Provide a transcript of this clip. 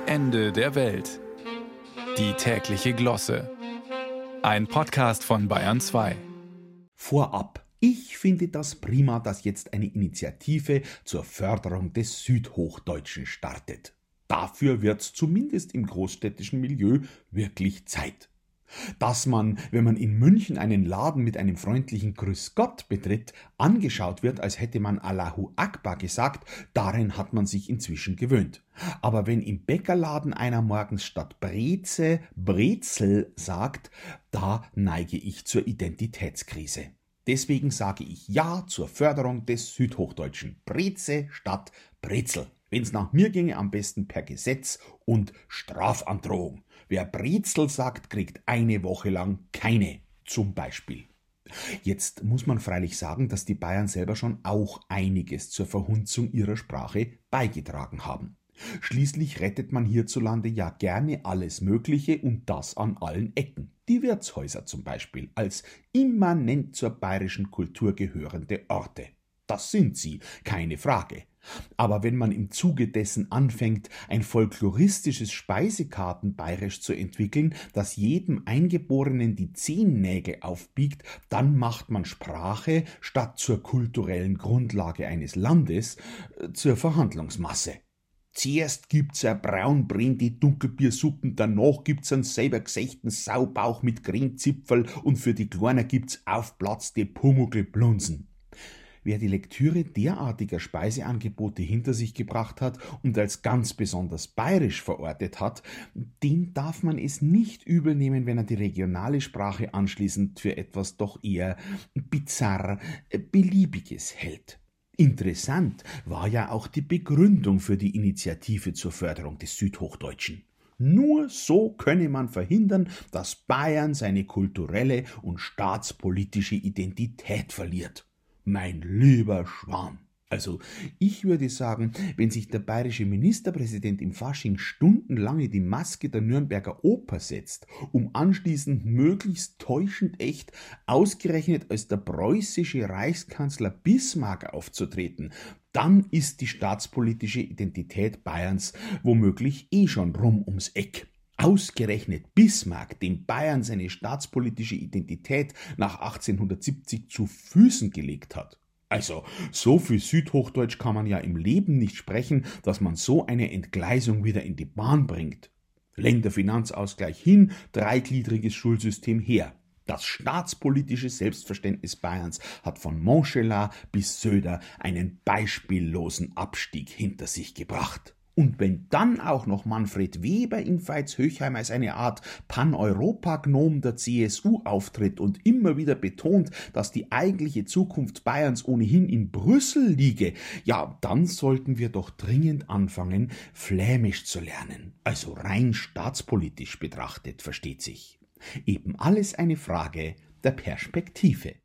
Ende der Welt. Die tägliche Glosse. Ein Podcast von Bayern 2. Vorab. Ich finde das prima, dass jetzt eine Initiative zur Förderung des Südhochdeutschen startet. Dafür wird's zumindest im großstädtischen Milieu wirklich Zeit. Dass man, wenn man in München einen Laden mit einem freundlichen Grüß Gott betritt, angeschaut wird, als hätte man Allahu Akbar gesagt, daran hat man sich inzwischen gewöhnt. Aber wenn im Bäckerladen einer morgens statt Breze Brezel sagt, da neige ich zur Identitätskrise. Deswegen sage ich Ja zur Förderung des Südhochdeutschen. Breze statt Brezel. Wenn's nach mir ginge, am besten per Gesetz und Strafandrohung. Wer Brezel sagt, kriegt eine Woche lang keine, zum Beispiel. Jetzt muss man freilich sagen, dass die Bayern selber schon auch einiges zur Verhunzung ihrer Sprache beigetragen haben. Schließlich rettet man hierzulande ja gerne alles Mögliche und das an allen Ecken. Die Wirtshäuser zum Beispiel als immanent zur bayerischen Kultur gehörende Orte. Das sind sie, keine Frage. Aber wenn man im Zuge dessen anfängt, ein folkloristisches Speisekarten-Bayerisch zu entwickeln, das jedem Eingeborenen die Zehennägel aufbiegt, dann macht man Sprache statt zur kulturellen Grundlage eines Landes zur Verhandlungsmasse. Zuerst gibt's ein braunbrennende Dunkelbiersuppen, danach gibt's einen selber gesächten Saubauch mit Cremezipferl und für die Kleiner gibt's aufplatzte Pumuckl-Blunsen. Wer die Lektüre derartiger Speiseangebote hinter sich gebracht hat und als ganz besonders bayerisch verortet hat, dem darf man es nicht übel nehmen, wenn er die regionale Sprache anschließend für etwas doch eher bizarr Beliebiges hält. Interessant war ja auch die Begründung für die Initiative zur Förderung des Südhochdeutschen. Nur so könne man verhindern, dass Bayern seine kulturelle und staatspolitische Identität verliert. Mein lieber Schwan. Also, ich würde sagen, wenn sich der bayerische Ministerpräsident im Fasching stundenlang die Maske der Nürnberger Oper setzt, um anschließend möglichst täuschend echt ausgerechnet als der preußische Reichskanzler Bismarck aufzutreten, dann ist die staatspolitische Identität Bayerns womöglich schon rum ums Eck. Ausgerechnet Bismarck, dem Bayern seine staatspolitische Identität nach 1870 zu Füßen gelegt hat. Also, so viel Südhochdeutsch kann man ja im Leben nicht sprechen, dass man so eine Entgleisung wieder in die Bahn bringt. Länderfinanzausgleich hin, dreigliedriges Schulsystem her. Das staatspolitische Selbstverständnis Bayerns hat von Montgelas bis Söder einen beispiellosen Abstieg hinter sich gebracht. Und wenn dann auch noch Manfred Weber in Veitshöchheim als eine Art Pan-Europa-Gnom der CSU auftritt und immer wieder betont, dass die eigentliche Zukunft Bayerns ohnehin in Brüssel liege, ja, dann sollten wir doch dringend anfangen, Flämisch zu lernen. Also rein staatspolitisch betrachtet, versteht sich. Eben alles eine Frage der Perspektive.